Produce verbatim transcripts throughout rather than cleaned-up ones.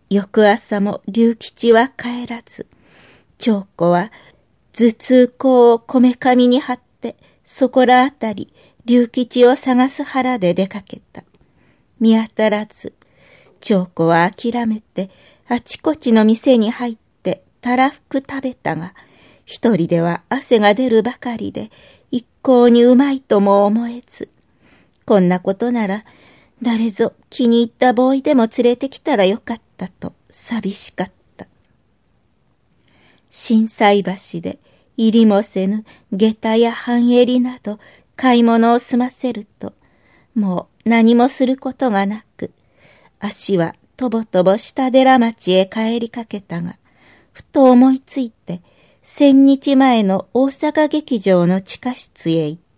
翌朝も龍吉は帰らず、長子は頭痛香をこめかみに貼って、そこらあたり龍吉を探す腹で出かけた。見当たらず、長子は諦めてあちこちの店に入ってたらふく食べたが、一人では汗が出るばかりで一向にうまいとも思えず、こんなことなら誰ぞ気に入ったボーイでも連れてきたらよかったと寂しかった。心斎橋で入りもせぬ下駄や半襟など買い物を済ませると、もう何もすることがなく、足はとぼとぼ下寺町へ帰りかけたが、ふと思いついて千日前の大阪劇場の地下室へ行った。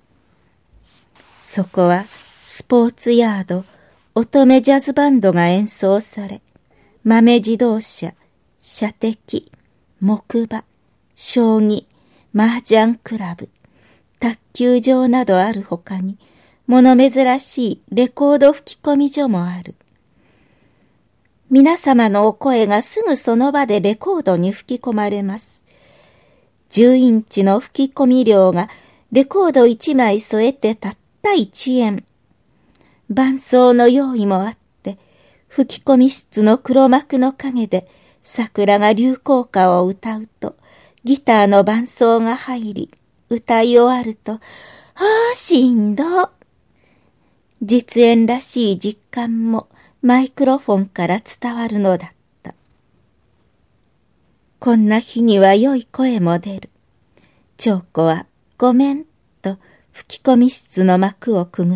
そこはスポーツヤード、乙女ジャズバンドが演奏され、豆自動車、射的、木馬、将棋、麻雀クラブ、卓球場などあるほかに、物珍しいレコード吹き込み所もある。皆様のお声がすぐその場でレコードに吹き込まれます。じゅうインチの吹き込み料がレコードいちまい添えてたったいちえん。伴奏の用意もあって、吹き込み室の黒幕の陰で桜が流行歌を歌うと、ギターの伴奏が入り、歌い終わると、ああ、しんど。実演らしい実感もマイクロフォンから伝わるのだった。こんな日には良い声も出る。長子はごめんと吹き込み室の幕をくぐった。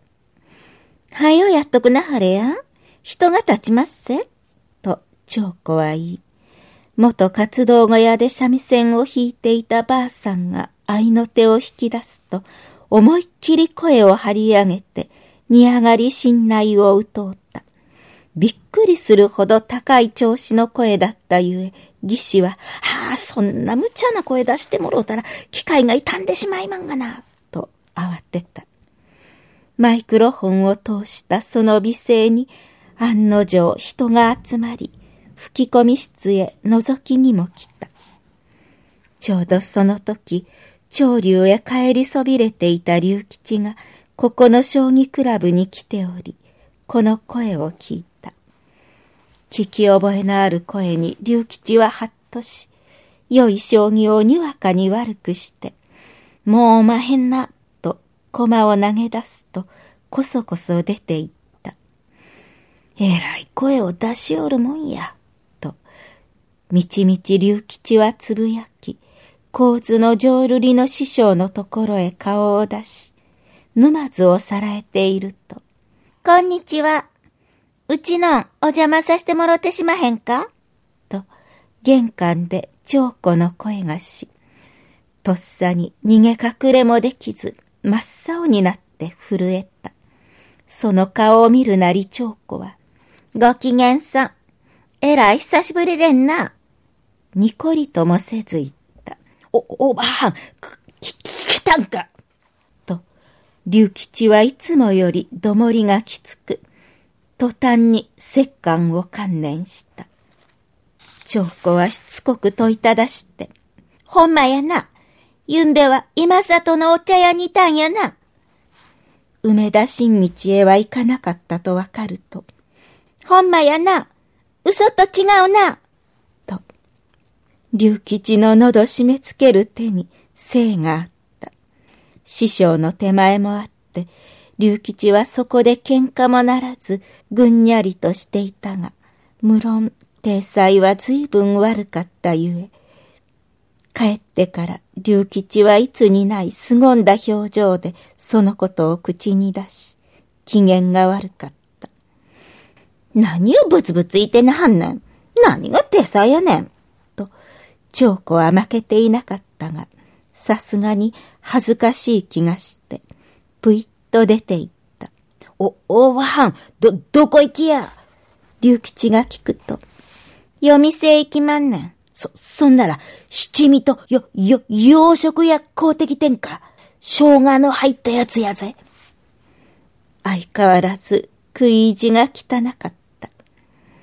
はよやっとくなはれや。人が立ちますせ。と長子は言い、元活動小屋で三味線を弾いていたばあさんが合の手を引き出すと、思いっきり声を張り上げて、煮上がり信頼をうとうた。びっくりするほど高い調子の声だったゆえ、義士は、はあ、そんな無茶な声出してもろうたら、機械が傷んでしまいまんがな、と慌てた。マイクロフォンを通したその美声に、案の定人が集まり、吹き込み室へ覗きにも来た。ちょうどその時、長龍へ帰りそびれていた龍吉が、ここの将棋クラブに来ており、この声を聞いた。聞き覚えのある声に龍吉ははっとし、良い将棋をにわかに悪くして、もうおまへんな、と駒を投げ出すと、こそこそ出て行った。えらい声を出しおるもんや、と、みちみち龍吉はつぶやき、神津の浄瑠璃の師匠のところへ顔を出し、沼津をさらえていると、こんにちは。うちのお邪魔させてもろてしまへんかと、玄関で長子の声がし、とっさに逃げ隠れもできず、真っ青になって震えた。その顔を見るなり長子は、ご機嫌さん。えらい久しぶりでんな。にこりともせず言った。お、おばはん、き、来たんか。と、龍吉はいつもよりどもりがきつく、途端に折檻を観念した。長子はしつこく問いただして、ほんまやな。ゆんべは今里のお茶屋にいたんやな。梅田新道へは行かなかったとわかると、ほんまやな。嘘と違うな。と、龍吉の喉締め付ける手に精があった。師匠の手前もあって、龍吉はそこで喧嘩もならず、ぐんにゃりとしていたが、無論、体裁は随分悪かったゆえ、帰ってから龍吉はいつにない凄んだ表情でそのことを口に出し、機嫌が悪かった。何をブツブツ言ってなはんねん。何が体裁やねん。と、長子は負けていなかったが、さすがに恥ずかしい気がして、ぷいっと出て行った。お、おばはん、ど、どこ行きや。龍吉が聞くと、夜店へ行きまんねん。そ、そんなら、七味と、よ、よ、洋食や買うてきてんか。生姜の入ったやつやぜ。相変わらず、食い意地が汚かった。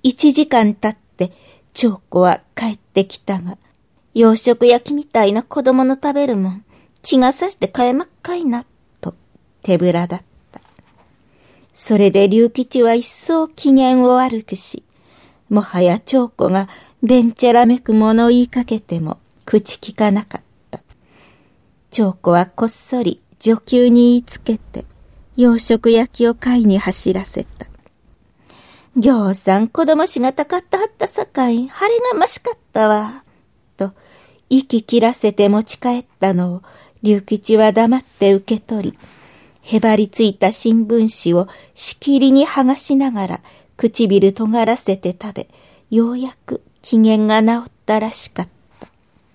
一時間経って長子は帰ってきたが、洋食焼きみたいな子供の食べるもん、気がさして買えまっかいな、と手ぶらだった。それで龍吉は一層機嫌を悪くし、もはや長子がべんちゃらめくものを言いかけても口聞かなかった。長子はこっそり女給に言いつけて、洋食焼きを買いに走らせた。ぎょうさん子供しがたかったはったさかい、晴れがましかったわ。と、息切らせて持ち帰ったのを、龍吉は黙って受け取り、へばりついた新聞紙をしきりに剥がしながら、唇尖らせて食べ、ようやく機嫌が治ったらしかった。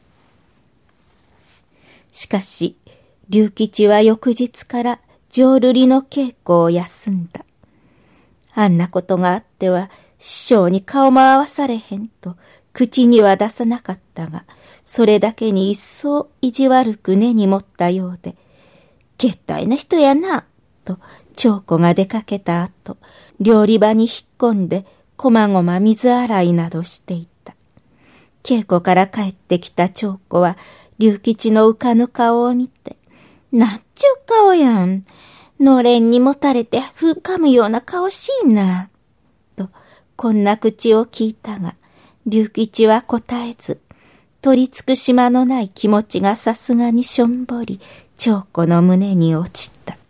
しかし、龍吉は翌日から浄瑠璃の稽古を休んだ。あんなことがあっては師匠に顔も合わされへんと口には出さなかったが、それだけに一層意地悪く根に持ったようで、けったいな人やな、と長子が出かけた後、料理場に引っ込んでこまごま水洗いなどしていた。稽古から帰ってきた長子は龍吉の浮かぬ顔を見て、なんちゅう顔やん。のれんにもたれてふかむような顔しいな。と、こんな口を聞いたが、龍吉は答えず、取りつく島のない気持ちがさすがにしょんぼり、長子の胸に落ちた。